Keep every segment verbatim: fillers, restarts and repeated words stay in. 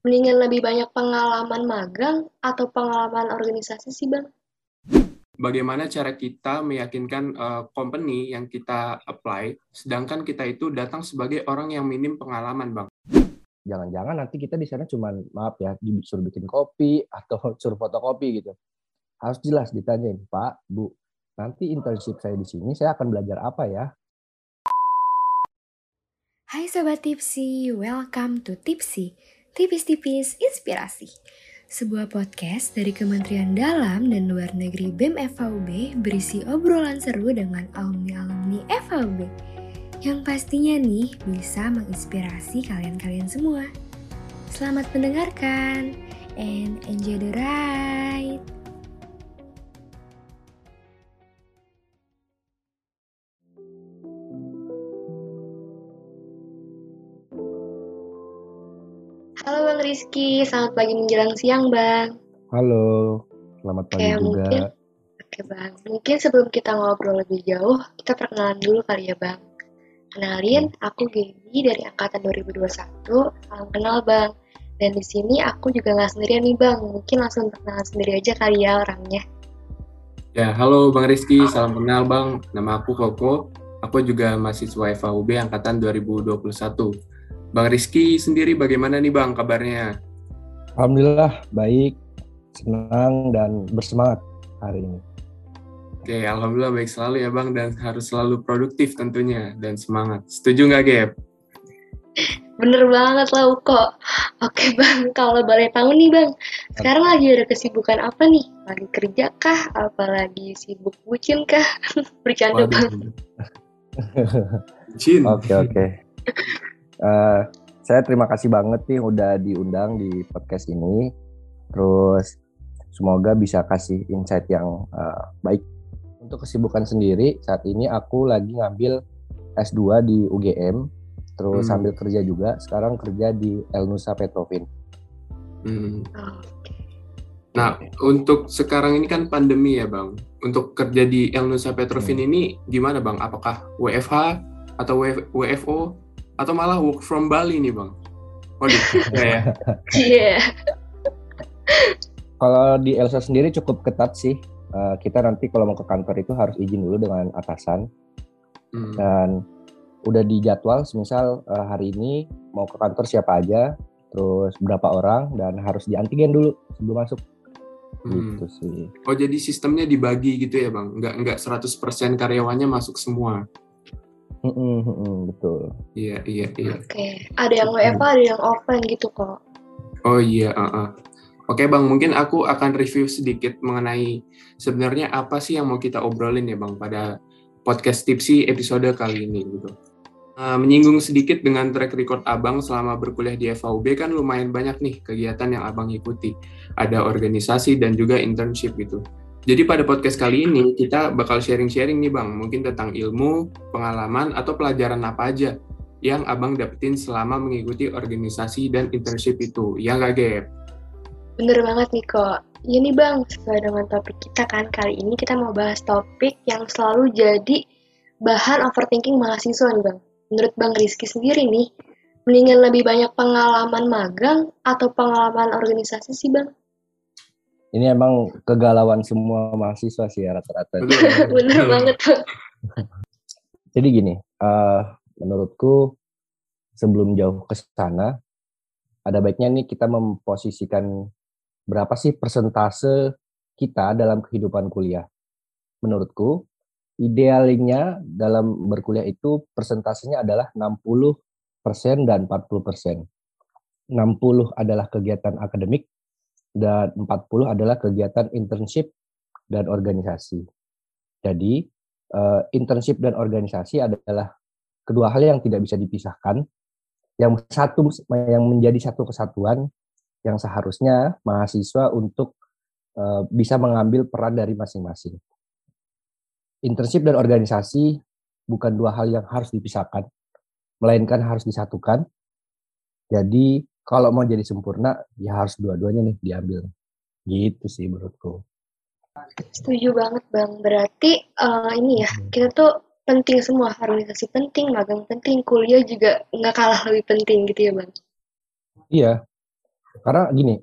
Mendingan lebih banyak pengalaman magang atau pengalaman organisasi sih, Bang? Bagaimana cara kita meyakinkan uh, company yang kita apply, sedangkan kita itu datang sebagai orang yang minim pengalaman, Bang? Jangan-jangan nanti kita di sana cuma, maaf ya, disuruh bikin kopi atau suruh fotokopi gitu. Harus jelas ditanyain, Pak, Bu, nanti internship saya di sini, saya akan belajar apa ya? Hai Sobat Tipsy, welcome to Tipsy, tipis-tipis inspirasi. Sebuah podcast dari Kementerian Dalam dan Luar Negeri B E M F A U B berisi obrolan seru dengan alumni-alumni F A U B yang pastinya nih bisa menginspirasi kalian-kalian semua. Selamat mendengarkan and enjoy the ride. Halo Bang Rizky, selamat pagi menjelang siang Bang. Halo, selamat pagi Oke, juga. Mungkin, oke Bang, mungkin sebelum kita ngobrol lebih jauh, kita perkenalan dulu kali ya Bang. Kenalin, aku Gaby dari angkatan dua ribu dua puluh satu, salam kenal Bang. Dan di sini aku juga nggak sendirian nih Bang, mungkin langsung perkenalan sendiri aja kali ya orangnya. Ya, halo Bang Rizky, salam kenal Bang. Nama aku Koko, aku juga mahasiswa F A U B angkatan dua ribu dua puluh satu. Bang Rizky sendiri bagaimana nih Bang kabarnya? Alhamdulillah baik, senang dan bersemangat hari ini. Oke, Alhamdulillah baik selalu ya Bang, dan harus selalu produktif tentunya dan semangat. Setuju nggak Gap? Bener banget lah kok. Oke Bang, kalau boleh tahu nih Bang, sekarang lagi ada kesibukan apa nih? Lagi kerja kah? Apalagi sibuk bucin kah? Bercanda Bang. Bucin. Oke oke. Uh, saya terima kasih banget nih udah diundang di podcast ini. Terus semoga bisa kasih insight yang uh, baik. Untuk kesibukan sendiri, saat ini aku lagi ngambil S dua di U G M. Terus hmm. sambil kerja juga, sekarang kerja di Elnusa Petrofin. Hmm. Nah, untuk sekarang ini kan pandemi ya Bang. Untuk kerja di Elnusa Petrofin hmm. ini gimana Bang? Apakah W F H atau W F O? Atau malah work from Bali nih Bang? Waduh, ya. Iya. Kalau di Elsa sendiri cukup ketat sih. Uh, kita nanti kalau mau ke kantor itu harus izin dulu dengan atasan. Hmm. Dan udah dijadwal, semisal uh, hari ini mau ke kantor siapa aja, terus berapa orang, dan harus di antigen dulu sebelum masuk. Hmm. Gitu sih. Oh, jadi sistemnya dibagi gitu ya Bang? Nggak, nggak seratus persen karyawannya masuk semua? Mm-mm, mm-mm, betul. Iya, iya, iya. Oke, okay. Ada yang W F H, ada yang offline gitu kok. Oh iya, uh-uh. Oke Bang, mungkin aku akan review sedikit mengenai sebenarnya apa sih yang mau kita obrolin ya Bang pada podcast Tipsy episode kali ini gitu. Uh, menyinggung sedikit dengan track record Abang selama berkuliah di F A U B kan lumayan banyak nih kegiatan yang Abang ikuti. Ada organisasi dan juga internship gitu. Jadi pada podcast kali ini kita bakal sharing-sharing nih Bang, mungkin tentang ilmu, pengalaman, atau pelajaran apa aja yang Abang dapetin selama mengikuti organisasi dan internship itu. Ya nggak, Gap? Bener banget nih kok. Iya nih Bang, sesuai dengan topik kita kan, kali ini kita mau bahas topik yang selalu jadi bahan overthinking mahasiswa nih Bang. Menurut Bang Rizky sendiri nih, mendingan lebih banyak pengalaman magang atau pengalaman organisasi sih Bang? Ini emang kegalauan semua mahasiswa sih ya rata-rata. Bener banget Bang. Jadi gini, uh, menurutku sebelum jauh ke sana, ada baiknya nih kita memposisikan berapa sih persentase kita dalam kehidupan kuliah. Menurutku, idealnya dalam berkuliah itu persentasenya adalah enam puluh persen dan empat puluh persen. enam puluh adalah kegiatan akademik, dan empat puluh adalah kegiatan internship dan organisasi. Jadi, uh, internship dan organisasi adalah kedua hal yang tidak bisa dipisahkan, yang satu yang menjadi satu kesatuan yang seharusnya mahasiswa untuk uh, bisa mengambil peran dari masing-masing. Internship dan organisasi bukan dua hal yang harus dipisahkan, melainkan harus disatukan. Jadi, kalau mau jadi sempurna, ya harus dua-duanya nih diambil. Gitu sih menurutku. Setuju banget Bang. Berarti uh, ini ya, kita tuh penting semua. Organisasi penting, magang penting, kuliah juga nggak kalah lebih penting gitu ya Bang? Iya. Karena gini,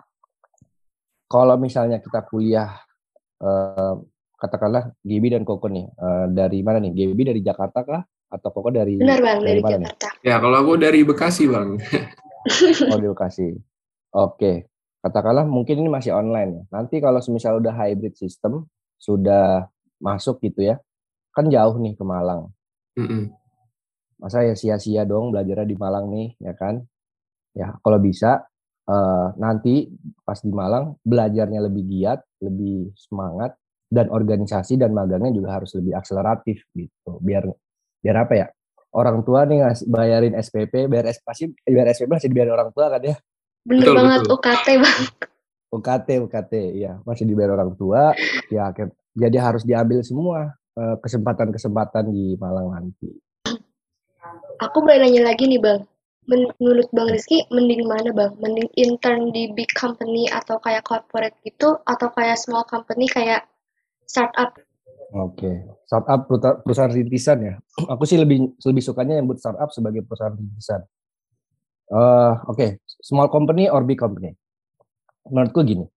kalau misalnya kita kuliah, eh, katakanlah Gaby dan Koko nih, eh, dari mana nih? Gaby dari Jakarta kah? Atau Koko dari Benar Bang, dari dari mana nih? Jakarta. Ya, kalau aku dari Bekasi, Bang. Oh, di Bekasi. Oke, katakanlah mungkin ini masih online ya. Nanti kalau semisal udah hybrid system, sudah masuk gitu ya, kan jauh nih ke Malang. Mm-mm. Masa ya sia-sia dong belajarnya di Malang nih, ya kan? Ya, kalau bisa eh, nanti pas di Malang belajarnya lebih giat, lebih semangat, dan organisasi dan magangnya juga harus lebih akseleratif gitu. Biar biar apa ya? Orang tua nih ngasih bayarin S P P, bayar S pasti bayar S P P masih dibayar orang tua kan ya? Bener Betul, banget betul. U K T Bang. U K T, U K T, ya masih dibayar orang tua, ya jadi harus diambil semua eh, kesempatan-kesempatan di Malang nanti. Aku boleh nanya lagi nih Bang. Menurut Bang Rizky, mending mana Bang? Mending intern di big company atau kayak corporate gitu, atau kayak small company kayak startup? Oke, startup peruta- perusahaan rintisan ya. Aku sih lebih lebih sukanya yang buat startup sebagai perusahaan rintisan. Eh, Oke, small company or big company. Menurutku gini,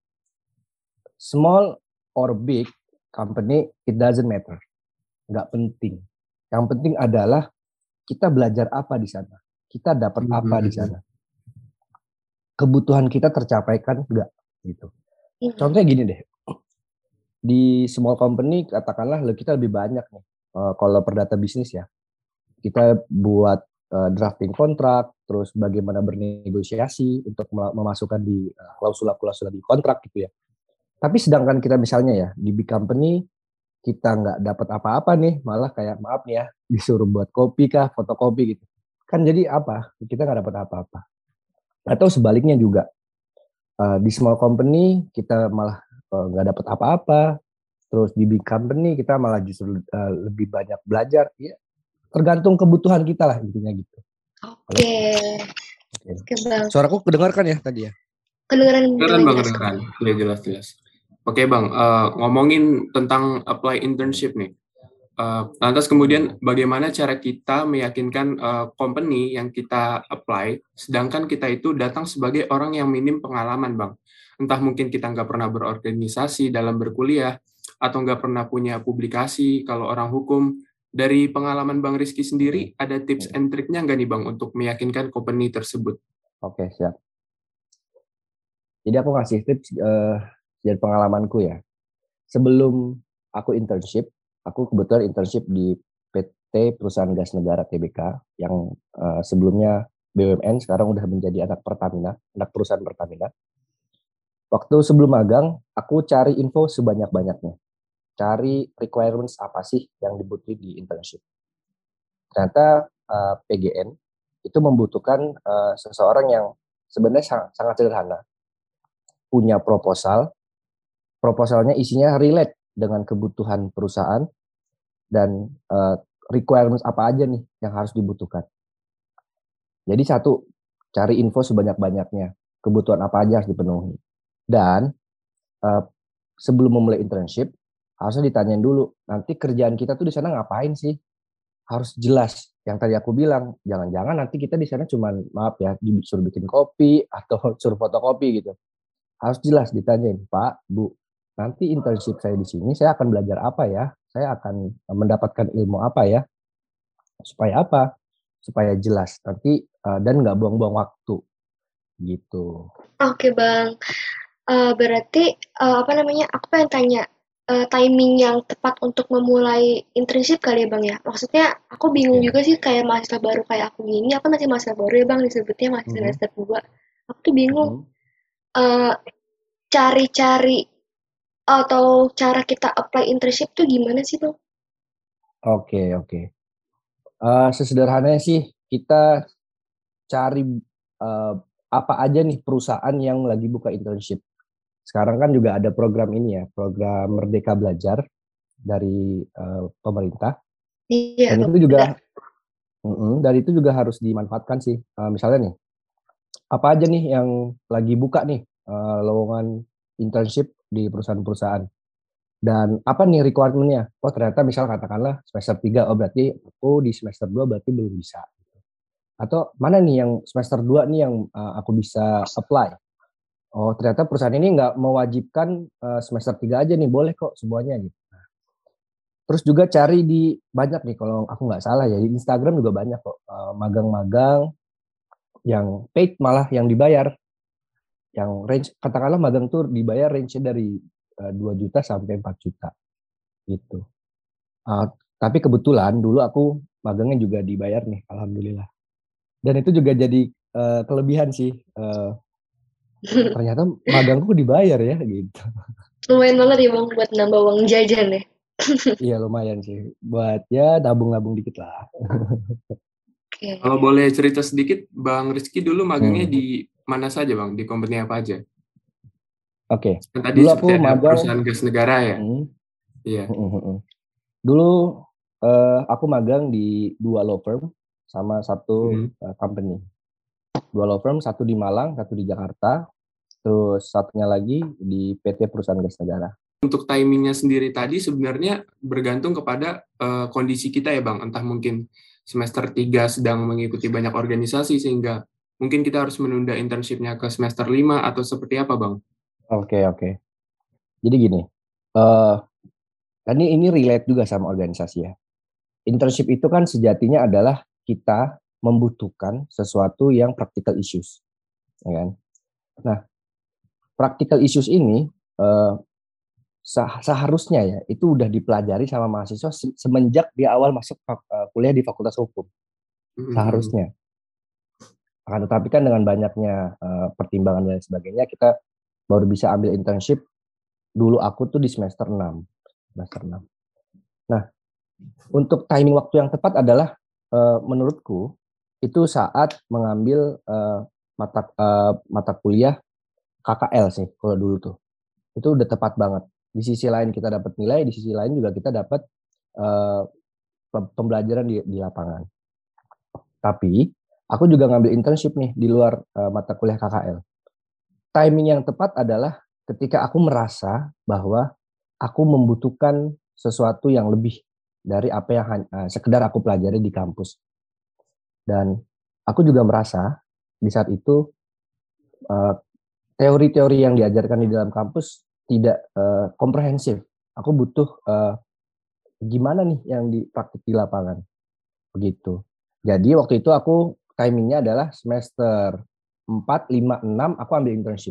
small or big company it doesn't matter, nggak penting. Yang penting adalah kita belajar apa di sana, kita dapat apa di sana, kebutuhan kita tercapaikan enggak gitu. Mhm. Contohnya gini deh, di small company katakanlah kita lebih banyak nih. Uh, kalau perdata bisnis ya, kita buat uh, drafting kontrak, terus bagaimana bernegosiasi untuk memasukkan di uh, klausula-klausula di kontrak gitu ya. Tapi sedangkan kita misalnya ya di big company kita nggak dapat apa-apa nih, malah kayak maaf nih ya disuruh buat kopi kah, fotokopi gitu. Kan jadi apa? Kita nggak dapat apa-apa. Atau sebaliknya juga uh, di small company kita malah nggak uh, dapat apa-apa. Terus di big company kita malah justru uh, lebih banyak belajar. Ya, tergantung kebutuhan kita lah intinya gitu. Oke. Okay. Oke okay. Bang. Suaraku kedengarkan ya tadi ya? Kedengaran. Kedengaran Bang, kedengaran. Ya jelas-jelas. Oke Bang, uh, ngomongin tentang apply internship nih. Uh, lantas kemudian bagaimana cara kita meyakinkan uh, company yang kita apply, sedangkan kita itu datang sebagai orang yang minim pengalaman Bang. Entah mungkin kita nggak pernah berorganisasi dalam berkuliah, atau nggak pernah punya publikasi kalau orang hukum. Dari pengalaman Bang Rizky sendiri, ada tips and triknya nggak nih Bang untuk meyakinkan company tersebut? Oke, siap. Jadi aku ngasih tips uh, dari pengalamanku ya. Sebelum aku internship, aku kebetulan internship di P T Perusahaan Gas Negara T B K yang uh, sebelumnya B U M N, sekarang udah menjadi anak Pertamina, anak perusahaan Pertamina. Waktu sebelum magang, aku cari info sebanyak-banyaknya. Cari requirements apa sih yang dibutuhin di internship. Ternyata uh, P G N itu membutuhkan uh, seseorang yang sebenarnya sangat, sangat sederhana. Punya proposal, proposalnya isinya relate dengan kebutuhan perusahaan dan uh, requirements apa aja nih yang harus dibutuhkan. Jadi satu, cari info sebanyak-banyaknya, kebutuhan apa aja harus dipenuhi. Dan uh, sebelum memulai internship, harusnya ditanyain dulu, nanti kerjaan kita tuh di sana ngapain sih? Harus jelas. Yang tadi aku bilang, jangan-jangan nanti kita di sana cuma maaf ya, disuruh bikin kopi atau suruh fotokopi gitu. Harus jelas ditanyain, Pak, Bu, nanti internship saya di sini, saya akan belajar apa ya? Saya akan mendapatkan ilmu apa ya? Supaya apa? Supaya jelas nanti uh, dan nggak buang-buang waktu gitu. Oke Bang, uh, berarti uh, apa namanya? Aku pengen tanya uh, timing yang tepat untuk memulai internship kali ya Bang ya. Maksudnya aku bingung okay. juga sih kayak mahasiswa baru kayak aku gini. Aku masih mahasiswa baru ya Bang, disebutnya masih mm-hmm. semester dua. Aku tuh bingung. Mm-hmm. Uh, cari-cari atau cara kita apply internship tuh gimana sih Bang? Oke okay, oke. Okay. Uh, sesederhananya sih kita cari uh, apa aja nih perusahaan yang lagi buka internship. Sekarang kan juga ada program ini ya, program Merdeka Belajar dari uh, pemerintah. Iya. Dan itu juga, uh, dari itu juga harus dimanfaatkan sih. Uh, misalnya nih, apa aja nih yang lagi buka nih uh, lowongan internship di perusahaan-perusahaan. Dan apa nih requirement-nya? Oh ternyata misal katakanlah semester tiga, oh berarti aku di semester dua berarti belum bisa. Atau mana nih yang semester dua nih yang uh, aku bisa apply. oh ternyata perusahaan ini nggak mewajibkan uh, semester tiga aja nih, boleh kok semuanya gitu. Terus juga cari di banyak nih kalau aku nggak salah ya, di Instagram juga banyak kok uh, magang-magang yang paid malah yang dibayar. Yang range katakanlah magang tuh dibayar range dari uh, dua juta sampai empat juta gitu. Uh, tapi kebetulan dulu aku magangnya juga dibayar nih, alhamdulillah. Dan itu juga jadi uh, kelebihan sih. Uh, ternyata magangku dibayar ya gitu. Lumayan banget ya bang buat nambah uang jajan ya. Iya lumayan sih. Buat ya nabung-nabung dikit lah. Okay. Kalau boleh cerita sedikit, Bang Rizky dulu magangnya Hmm. di mana saja Bang? Di company apa aja? Oke. Okay. Tadi Dulu seperti aku ada magang perusahaan gas negara ya? Hmm. Iya. Hmm, hmm, hmm. Dulu uh, aku magang di dua law firm sama satu Hmm. uh, company. Dua law firm, satu di Malang, satu di Jakarta. Terus satunya lagi di P T Perusahaan Gas Negara. Untuk timingnya sendiri tadi sebenarnya bergantung kepada uh, kondisi kita ya Bang. Entah mungkin semester tiga sedang mengikuti banyak organisasi sehingga mungkin kita harus menunda internship-nya ke semester lima atau seperti apa Bang? Oke, okay, oke. Okay. Jadi gini, uh, ini, ini relate juga sama organisasi ya. Internship itu kan sejatinya adalah kita membutuhkan sesuatu yang practical issues. Ya kan? Nah, practical issues ini uh, seharusnya ya itu udah dipelajari sama mahasiswa semenjak di awal masuk kuliah di Fakultas Hukum. Seharusnya. Akan tetapi kan dengan banyaknya uh, pertimbangan dan sebagainya, kita baru bisa ambil internship. Dulu aku tuh di semester enam. Semester enam. Nah, untuk timing waktu yang tepat adalah uh, menurutku itu saat mengambil uh, mata uh, mata kuliah K K L sih kalau dulu tuh. Itu udah tepat banget. Di sisi lain kita dapat nilai, di sisi lain juga kita dapat uh, pembelajaran di, di lapangan. Tapi aku juga ngambil internship nih di luar uh, mata kuliah K K L. Timing yang tepat adalah ketika aku merasa bahwa aku membutuhkan sesuatu yang lebih dari apa yang uh, sekedar aku pelajari di kampus. Dan aku juga merasa di saat itu uh, teori-teori yang diajarkan di dalam kampus tidak uh, komprehensif. Aku butuh uh, gimana nih yang dipraktik di lapangan. Begitu. Jadi waktu itu aku timingnya adalah semester empat, lima, enam aku ambil internship.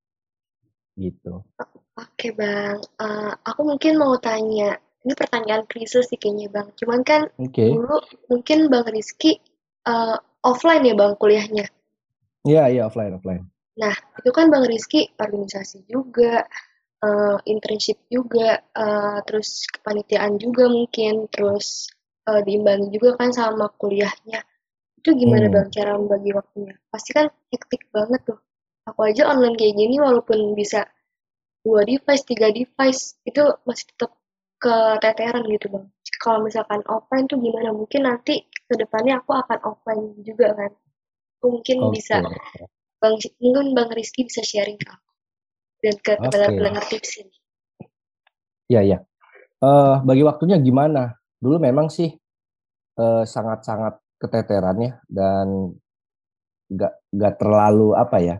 Gitu. Oke Bang, uh, aku mungkin mau tanya, ini pertanyaan krisis sih kayaknya Bang. Cuman kan okay. dulu mungkin Bang Rizky uh, offline ya Bang kuliahnya? Iya, iya offline, offline. Nah, itu kan Bang Rizky organisasi juga, uh, internship juga, uh, terus kepanitiaan juga mungkin, terus uh, diimbangi juga kan sama kuliahnya. Itu gimana hmm. Bang cara membagi waktunya? Pasti kan hektik banget tuh. Aku aja online kayak gini walaupun bisa dua device, tiga device, itu masih tetap keteteran gitu Bang. Kalau misalkan offline tuh gimana? Mungkin nanti ke depannya aku akan offline juga kan. Aku mungkin okay. bisa, Bang, mungkin Bang Rizky bisa sharing ke aku. Dan ke pendengar-pendengar tips ini. Iya, iya. Uh, bagi waktunya gimana? Dulu memang sih uh, sangat-sangat keteteran ya, dan gak, gak terlalu apa ya,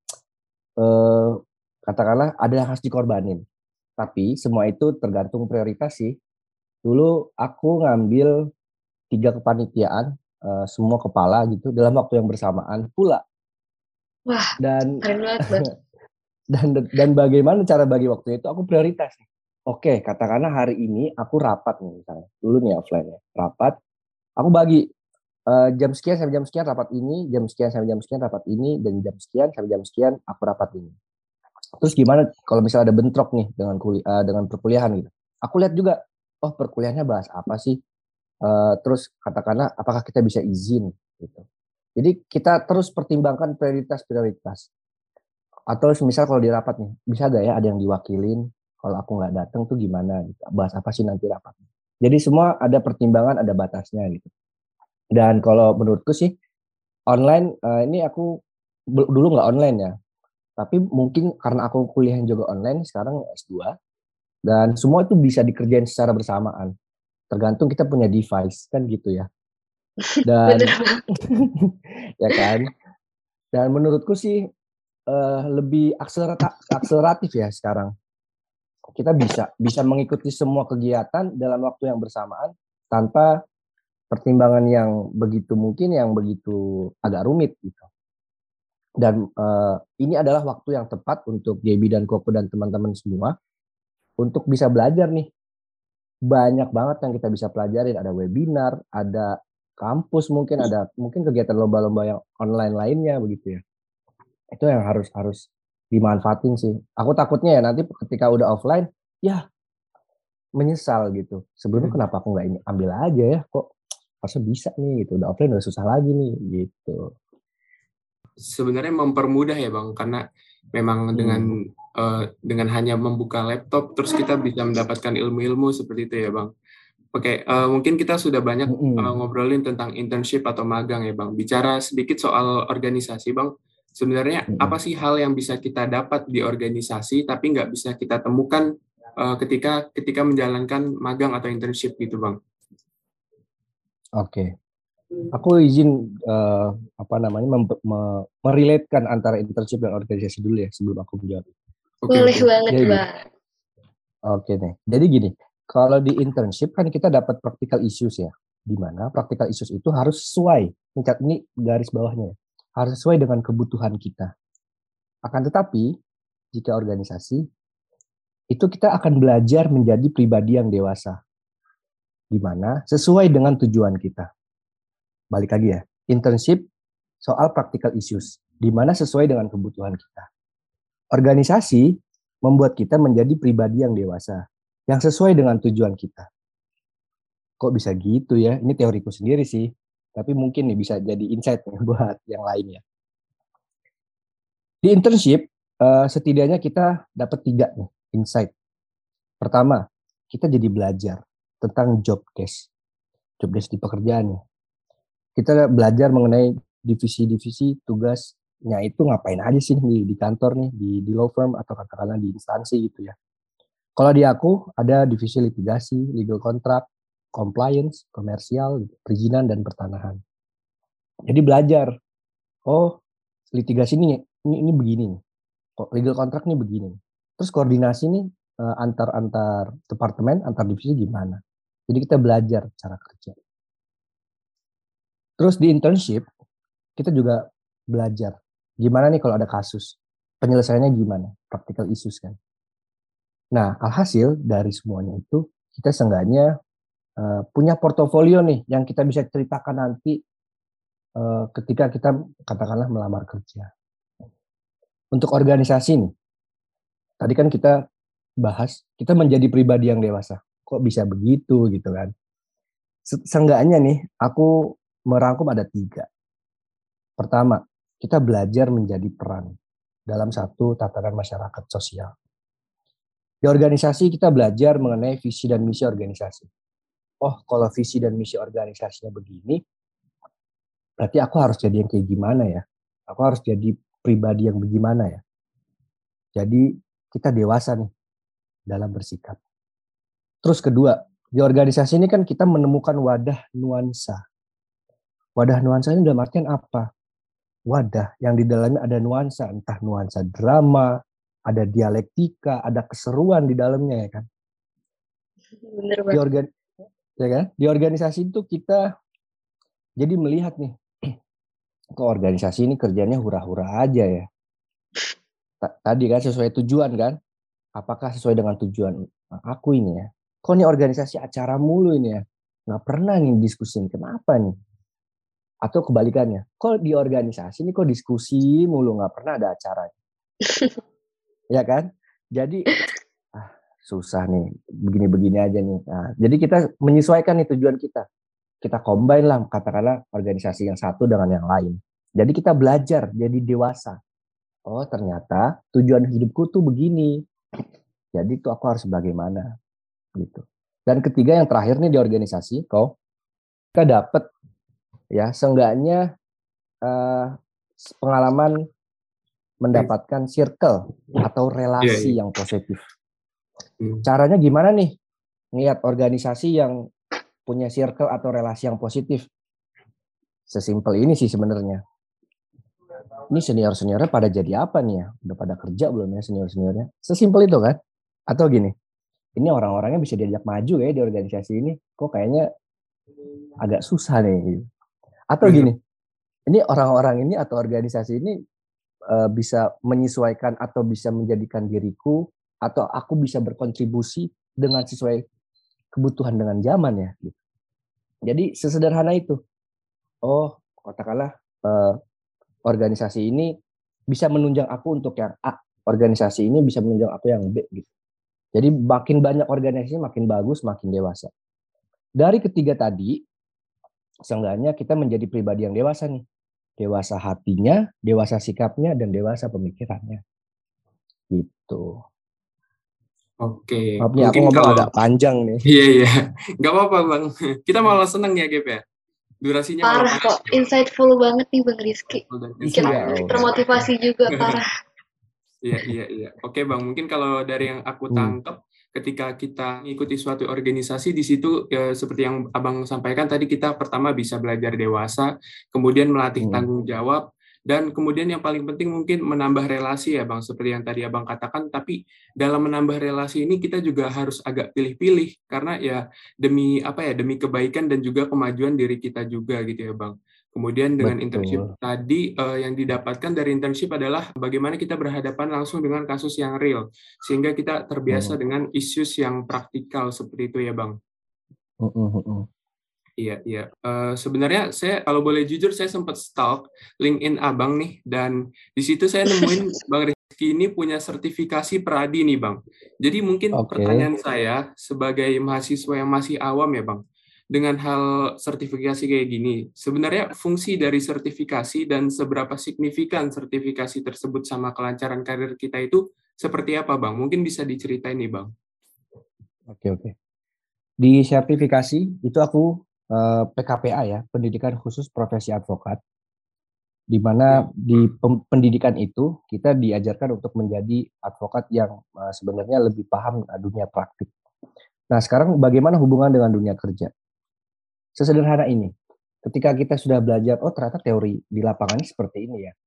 uh, katakanlah ada yang harus dikorbanin. Tapi semua itu tergantung prioritas sih. Dulu aku ngambil tiga kepanitiaan, uh, semua kepala gitu, dalam waktu yang bersamaan pula. Wah, dan keren banget Bang. dan, dan bagaimana cara bagi waktu itu, aku prioritas nih. Oke, katakanlah hari ini aku rapat nih misalnya. Dulu nih offline ya, rapat. Aku bagi uh, jam sekian sampai jam sekian rapat ini, jam sekian sampai jam sekian rapat ini, dan jam sekian sampai jam sekian aku rapat ini. Terus gimana kalau misalnya ada bentrok nih dengan kuliah, uh, dengan perkuliahan gitu. Aku lihat juga, oh perkuliahannya bahas apa sih? Uh, terus katakanlah apakah kita bisa izin gitu. Jadi kita terus pertimbangkan prioritas-prioritas. Atau misal kalau di rapat nih, bisa gak ya ada yang diwakilin? Kalau aku nggak datang tuh gimana? Gitu. Bahas apa sih nanti rapatnya? Jadi semua ada pertimbangan, ada batasnya gitu. Dan kalau menurutku sih online, uh, ini aku dulu nggak online ya. Tapi mungkin karena aku kuliah juga online, sekarang S dua. Dan semua itu bisa dikerjain secara bersamaan. Tergantung kita punya device, kan gitu ya. Dan, Bener banget. ya kan. Dan menurutku sih, uh, lebih akselerata, akseleratif ya sekarang. Kita bisa bisa mengikuti semua kegiatan dalam waktu yang bersamaan tanpa pertimbangan yang begitu mungkin yang begitu agak rumit gitu. Dan uh, ini adalah waktu yang tepat untuk Gaby dan Koko dan teman-teman semua untuk bisa belajar nih. Banyak banget yang kita bisa pelajarin. Ada webinar, ada kampus mungkin, ada mungkin kegiatan lomba-lomba yang online lainnya begitu ya. Itu yang harus harus dimanfaatin sih. Aku takutnya ya nanti ketika udah offline, ya menyesal gitu. Sebelumnya hmm. kenapa aku nggak ini ambil aja ya? Kok harusnya bisa nih gitu. Udah offline udah susah lagi nih gitu. Sebenarnya mempermudah ya Bang, karena memang dengan hmm. uh, dengan hanya membuka laptop terus kita bisa mendapatkan ilmu-ilmu seperti itu ya Bang. Oke, uh, mungkin kita sudah banyak hmm. uh, ngobrolin tentang internship atau magang ya Bang. Bicara sedikit soal organisasi Bang, sebenarnya hmm. apa sih hal yang bisa kita dapat di organisasi tapi nggak bisa kita temukan uh, ketika ketika menjalankan magang atau internship gitu Bang? Oke. Okay. Aku izin uh, apa namanya mem- me- merelatekan antara internship dan organisasi dulu ya sebelum aku menjawab. Okay, Boleh okay. banget, Jadi, Bang. Oke okay, nih. Jadi gini, kalau di internship kan kita dapat practical issues ya, di mana practical issues itu harus sesuai. Ini garis bawahnya, harus sesuai dengan kebutuhan kita. Akan tetapi jika organisasi itu kita akan belajar menjadi pribadi yang dewasa, di mana sesuai dengan tujuan kita. Balik lagi ya, internship soal practical issues, di mana sesuai dengan kebutuhan kita. Organisasi membuat kita menjadi pribadi yang dewasa, yang sesuai dengan tujuan kita. Kok bisa gitu ya? Ini teoriku sendiri sih, tapi mungkin nih bisa jadi insight buat yang lainnya. Di internship, uh, setidaknya kita dapat tiga nih insight. Pertama, kita jadi belajar tentang job desk, job desk di pekerjaannya. Kita belajar mengenai divisi-divisi tugasnya itu ngapain aja sih di, di kantor nih, di, di law firm atau katakanlah di instansi gitu ya. Kalau di aku ada divisi litigasi, legal contract, compliance, komersial, perizinan, dan pertanahan. Jadi belajar, oh litigasi ini, ini, ini begini nih, kok legal contract nih begini. Terus koordinasi nih antar-antar departemen, antar divisi gimana. Jadi kita belajar cara kerja. Terus di internship, kita juga belajar gimana nih kalau ada kasus, penyelesaiannya gimana, practical issues kan. Nah, alhasil dari semuanya itu, kita seenggaknya uh, punya portofolio nih, yang kita bisa ceritakan nanti uh, ketika kita katakanlah melamar kerja. Untuk organisasi nih, tadi kan kita bahas, kita menjadi pribadi yang dewasa. Kok bisa begitu gitu kan. Seenggaknya nih, aku merangkum ada tiga. Pertama, kita belajar menjadi peran dalam satu tatanan masyarakat sosial. Di organisasi kita belajar mengenai visi dan misi organisasi. Oh, kalau visi dan misi organisasinya begini, berarti aku harus jadi yang kayak gimana ya? Aku harus jadi pribadi yang bagaimana ya? Jadi kita dewasa nih dalam bersikap. Terus kedua, di organisasi ini kan kita menemukan wadah nuansa. Wadah nuansa ini dalam artian apa? Wadah yang di dalamnya ada nuansa, entah nuansa drama, ada dialektika, ada keseruan di dalamnya ya kan. Bener banget. Di organ, ya kan? Di organisasi itu kita jadi melihat nih, ke organisasi ini kerjanya hura-hura aja ya. Tadi kan sesuai tujuan kan? Apakah sesuai dengan tujuan aku ini ya? Kok nih organisasi acara mulu ini ya? Nggak pernah nih diskusin, kenapa nih? Atau kebalikannya, kok di organisasi ini kok diskusi mulu, nggak pernah ada acara. Ya kan? Jadi ah, susah nih, begini-begini aja nih. Nah, jadi kita menyesuaikan nih tujuan kita. Kita combine lah, katakanlah organisasi yang satu dengan yang lain. Jadi kita belajar, jadi dewasa. Oh ternyata tujuan hidupku tuh begini. Jadi tuh aku harus bagaimana gitu. Dan ketiga yang terakhir nih di organisasi, kok kita dapat ya seenggaknya uh, pengalaman mendapatkan circle atau relasi yeah, yeah. yang positif. Hmm. Caranya gimana nih? Niat organisasi yang punya circle atau relasi yang positif. Sesimpel ini sih sebenarnya. ini senior-seniornya pada jadi apa nih ya? Udah pada kerja belum ya senior-seniornya? Sesimpel itu kan? Atau gini, ini orang-orangnya bisa diajak maju ya di organisasi ini, kok kayaknya agak susah nih. Gitu. Atau gini, ini orang-orang ini atau organisasi ini uh, bisa menyesuaikan atau bisa menjadikan diriku atau aku bisa berkontribusi dengan sesuai kebutuhan dengan zaman ya. Gitu. Jadi sesederhana itu. Oh, katakanlah uh, organisasi ini bisa menunjang aku untuk yang A, organisasi ini bisa menunjang aku yang B gitu. Jadi makin banyak organisasi makin bagus, makin dewasa. Dari ketiga tadi, seenggaknya kita menjadi pribadi yang dewasa nih. Dewasa hatinya, dewasa sikapnya, dan dewasa pemikirannya. Gitu. Oke. Maaf nih, aku Mungkin ngomong kalau agak panjang nih. Iya, iya. Nggak apa-apa, Bang. Kita malah seneng ya, Gep ya. Durasinya malah Parah panjang. kok, insightful banget nih Bang Rizky. Bikin Iya, aku Allah. termotivasi juga, parah. Iya, iya, iya. Oke, Bang. Mungkin kalau dari yang aku Hmm. tangkap, ketika kita mengikuti suatu organisasi di situ ya, seperti yang Abang sampaikan tadi, kita pertama bisa belajar dewasa, kemudian melatih Hmm. tanggung jawab, dan kemudian yang paling penting mungkin menambah relasi ya Bang, seperti yang tadi Abang katakan. Tapi dalam menambah relasi ini kita juga harus agak pilih-pilih karena ya demi apa ya demi kebaikan dan juga kemajuan diri kita juga gitu ya Bang. Kemudian dengan Betul. internship tadi eh, yang didapatkan dari internship adalah bagaimana kita berhadapan langsung dengan kasus yang real sehingga kita terbiasa Hmm. dengan issues yang praktikal seperti itu ya Bang. Hmm, hmm, hmm. Iya, iya. Uh, sebenarnya saya kalau boleh jujur saya sempat stalk LinkedIn Abang nih dan di situ saya nemuin Bang Rizky ini punya sertifikasi Peradi nih Bang. Jadi mungkin Oke. pertanyaan saya sebagai mahasiswa yang masih awam ya Bang, dengan hal sertifikasi kayak gini, sebenarnya fungsi dari sertifikasi dan seberapa signifikan sertifikasi tersebut sama kelancaran karir kita itu seperti apa Bang? Mungkin bisa diceritain nih Bang. Oke, oke. Di sertifikasi itu aku P K P A ya, Pendidikan Khusus Profesi Advokat, di mana di pendidikan itu kita diajarkan untuk menjadi advokat yang uh, sebenarnya lebih paham uh, dunia praktik. Nah sekarang bagaimana hubungan dengan dunia kerja? Sesederhana ini, ketika kita sudah belajar, oh ternyata teori di lapangannya seperti ini ya.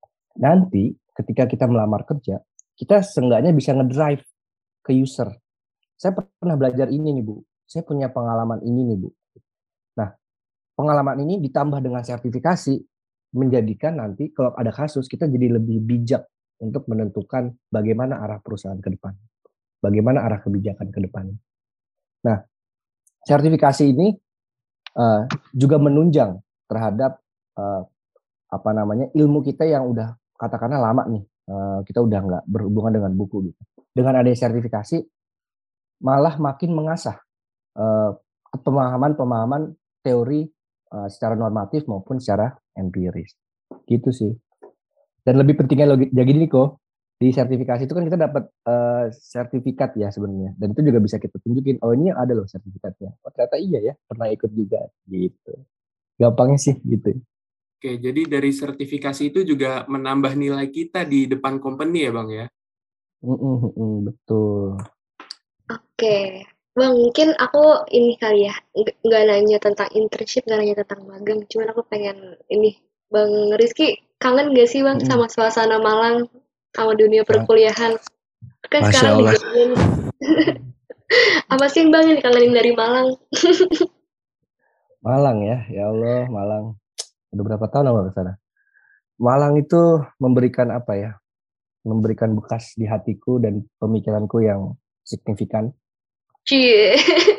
Nanti ketika kita melamar kerja, kita seenggaknya bisa ngedrive ke user. Saya pernah belajar ini nih Bu, saya punya pengalaman ini nih Bu. Nah, pengalaman ini ditambah dengan sertifikasi menjadikan nanti kalau ada kasus kita jadi lebih bijak untuk menentukan bagaimana arah perusahaan ke depan, bagaimana arah kebijakan ke depan. Nah, sertifikasi ini uh, juga menunjang terhadap uh, apa namanya ilmu kita yang udah katakanlah lama nih, uh, kita udah nggak berhubungan dengan buku gitu. Dengan adanya sertifikasi malah makin mengasah uh, pemahaman-pemahaman teori uh, secara normatif maupun secara empiris. Gitu sih. Dan lebih pentingnya lagi jadi kok di sertifikasi itu kan kita dapat uh, sertifikat ya sebenarnya. Dan itu juga bisa kita tunjukin, oh ini ada loh sertifikatnya. Oh ternyata iya ya, pernah ikut juga gitu. Gampangnya sih gitu. Oke, jadi dari sertifikasi itu juga menambah nilai kita di depan company ya Bang ya? Mm -mm, mm -mm, betul. Oke, Bang, mungkin aku ini kali ya, nggak nanya tentang internship, nggak nanya tentang magang, cuman aku pengen ini, Bang Rizky, kangen gak sih Bang Mm-mm. sama suasana Malang, sama dunia perkuliahan? Kan Masya sekarang Allah. dijadiin, apa sih Bang yang dikangenin dari Malang? Malang ya, ya Allah Malang. Udah berapa tahun aku ke sana. Malang itu memberikan apa ya? Memberikan bekas di hatiku dan pemikiranku yang signifikan. Cie.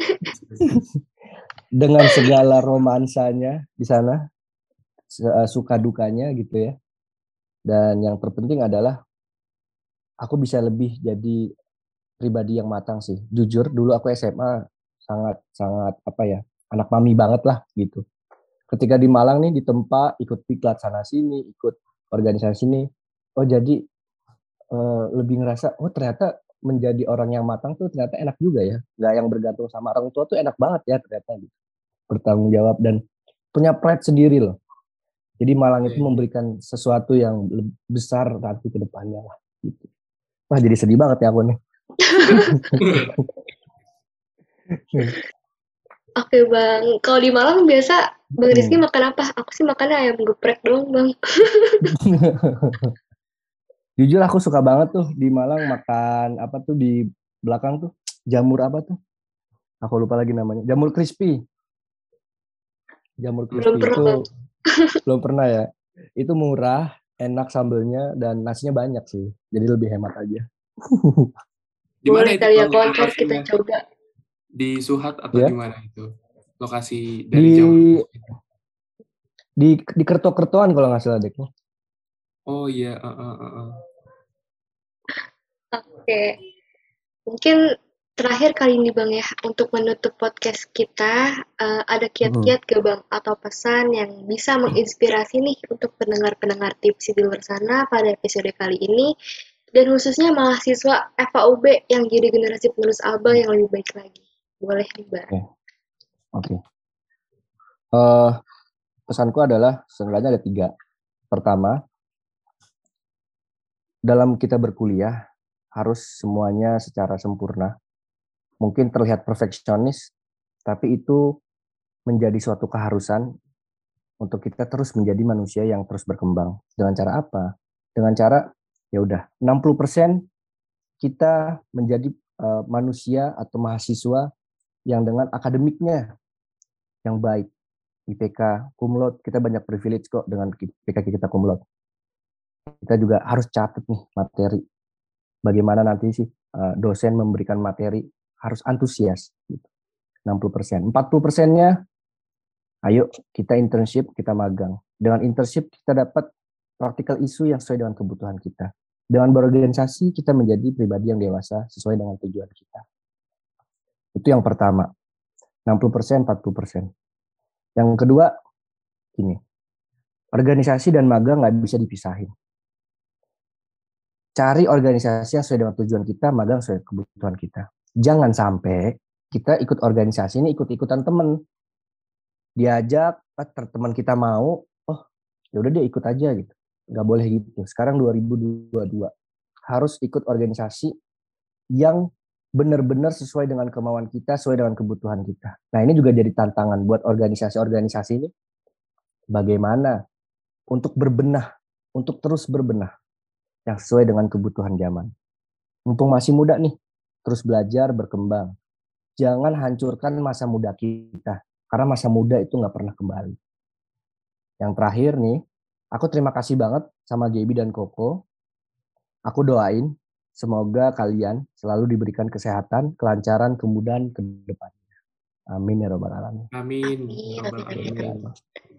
Dengan segala romansanya di sana, suka dukanya gitu ya. Dan yang terpenting adalah aku bisa lebih jadi pribadi yang matang sih. Jujur dulu aku S M A sangat sangat apa ya, anak mami banget lah gitu. Ketika di Malang nih ditempa ikut diklat sana sini, ikut organisasi sini, oh jadi uh, lebih ngerasa oh ternyata menjadi orang yang matang tuh ternyata enak juga ya, nggak yang bergantung sama orang tua tuh enak banget ya ternyata gitu. Bertanggung jawab dan punya pride sendiri loh. Jadi Malang itu memberikan sesuatu yang besar nanti ke depannya lah gitu. Wah jadi sedih banget ya aku nih. Oke Bang, kalau di Malang biasa Bang Rizky Hmm. makan apa? Aku sih makannya ayam geprek doang Bang. Jujur aku suka banget tuh di Malang makan apa tuh di belakang tuh jamur apa tuh? Aku lupa lagi namanya. Jamur crispy. Jamur Belum crispy pernah itu Bang. belum pernah ya. Itu murah, enak sambelnya dan nasinya banyak sih. Jadi lebih hemat aja. Di mana Boleh itu kali ya Bang konser kita lokasinya? coba. Di Suhat atau di Ya. mana itu? Lokasi dari Di jamur. di di Kerto-Kertoan kalau nggak salah deh. Oh iya, uh, uh, uh, uh. Oke. Mungkin terakhir kali ini Bang ya, untuk menutup podcast kita, uh, ada kiat-kiat gak Bang atau pesan yang bisa menginspirasi nih untuk pendengar-pendengar tipsi di luar sana pada episode kali ini, dan khususnya mahasiswa F A U B yang jadi generasi penerus Abang yang lebih baik lagi. Boleh nih Bang. Oke. Oke. Uh, pesanku adalah sebenarnya ada tiga. Pertama, dalam kita berkuliah harus semuanya secara sempurna. Mungkin terlihat perfeksionis, tapi itu menjadi suatu keharusan untuk kita terus menjadi manusia yang terus berkembang. Dengan cara apa? Dengan cara ya udah enam puluh persen kita menjadi uh, manusia atau mahasiswa yang dengan akademiknya yang baik. I P K cum laude, kita banyak privilege kok dengan I P K kita cum laude. Kita juga harus catat nih materi. Bagaimana nanti sih uh, dosen memberikan materi, harus antusias. Gitu. enam puluh persen. empat puluh persennya, ayo kita internship, kita magang. Dengan internship kita dapat practical isu yang sesuai dengan kebutuhan kita. Dengan berorganisasi, kita menjadi pribadi yang dewasa sesuai dengan tujuan kita. Itu yang pertama. enam puluh persen, empat puluh persen. Yang kedua, gini. Organisasi dan magang nggak bisa dipisahin. Cari organisasi yang sesuai dengan tujuan kita, magang sesuai kebutuhan kita. Jangan sampai kita ikut organisasi ini ikut-ikutan temen. Diajak, teman kita mau, oh ya udah dia ikut aja gitu. Nggak boleh gitu. Sekarang dua ribu dua puluh dua harus ikut organisasi yang benar-benar sesuai dengan kemauan kita, sesuai dengan kebutuhan kita. Nah ini juga jadi tantangan buat organisasi-organisasi ini. Bagaimana untuk berbenah, untuk terus berbenah yang sesuai dengan kebutuhan zaman. Mumpung masih muda nih, terus belajar, berkembang. Jangan hancurkan masa muda kita, karena masa muda itu nggak pernah kembali. Yang terakhir nih, aku terima kasih banget sama Gaby dan Koko. Aku doain semoga kalian selalu diberikan kesehatan, kelancaran, kemudahan ke depannya. Amin ya robbal alamin. Amin. Amin, Robbal amin, alamin. amin.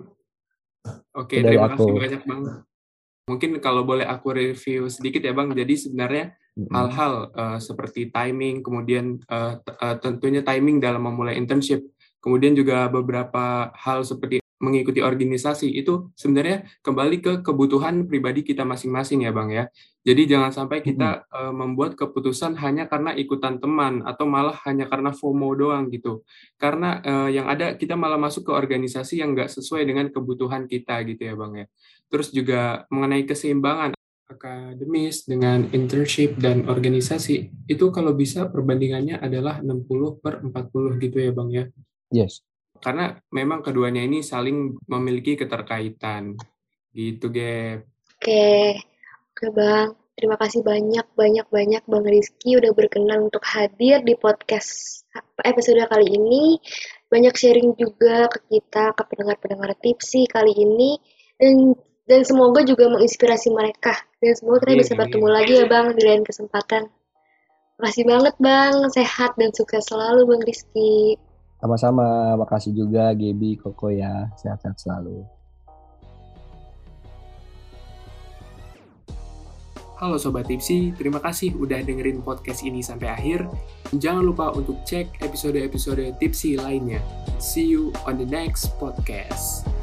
Oke, terima kasih banyak Bang. Mungkin kalau boleh aku review sedikit ya Bang. Jadi sebenarnya mm-hmm. hal-hal uh, seperti timing, kemudian uh, t- uh, tentunya timing dalam memulai internship, kemudian juga beberapa hal seperti mengikuti organisasi, itu sebenarnya kembali ke kebutuhan pribadi kita masing-masing ya Bang ya. Jadi jangan sampai kita uh, membuat keputusan hanya karena ikutan teman atau malah hanya karena FOMO doang gitu. Karena uh, yang ada kita malah masuk ke organisasi yang nggak sesuai dengan kebutuhan kita gitu ya Bang ya. Terus juga mengenai keseimbangan akademis dengan internship dan organisasi, itu kalau bisa perbandingannya adalah enam puluh per empat puluh gitu ya Bang ya? Yes. Karena memang keduanya ini saling memiliki keterkaitan. Gitu, Gap. Oke, oke Bang. Terima kasih banyak-banyak-banyak Bang Rizky udah berkenan untuk hadir di podcast episode kali ini. Banyak sharing juga ke kita, ke pendengar-pendengar tipsi kali ini. Dan dan semoga juga menginspirasi mereka. Dan semoga kita bisa bertemu lagi ya Bang di lain kesempatan. Makasih banget Bang, sehat dan sukses selalu Bang Rizky. Sama-sama, makasih juga Gaby, Koko ya, sehat-sehat selalu. Halo Sobat Tipsi, terima kasih udah dengerin podcast ini sampai akhir. Jangan lupa untuk cek episode-episode Tipsi lainnya. See you on the next podcast.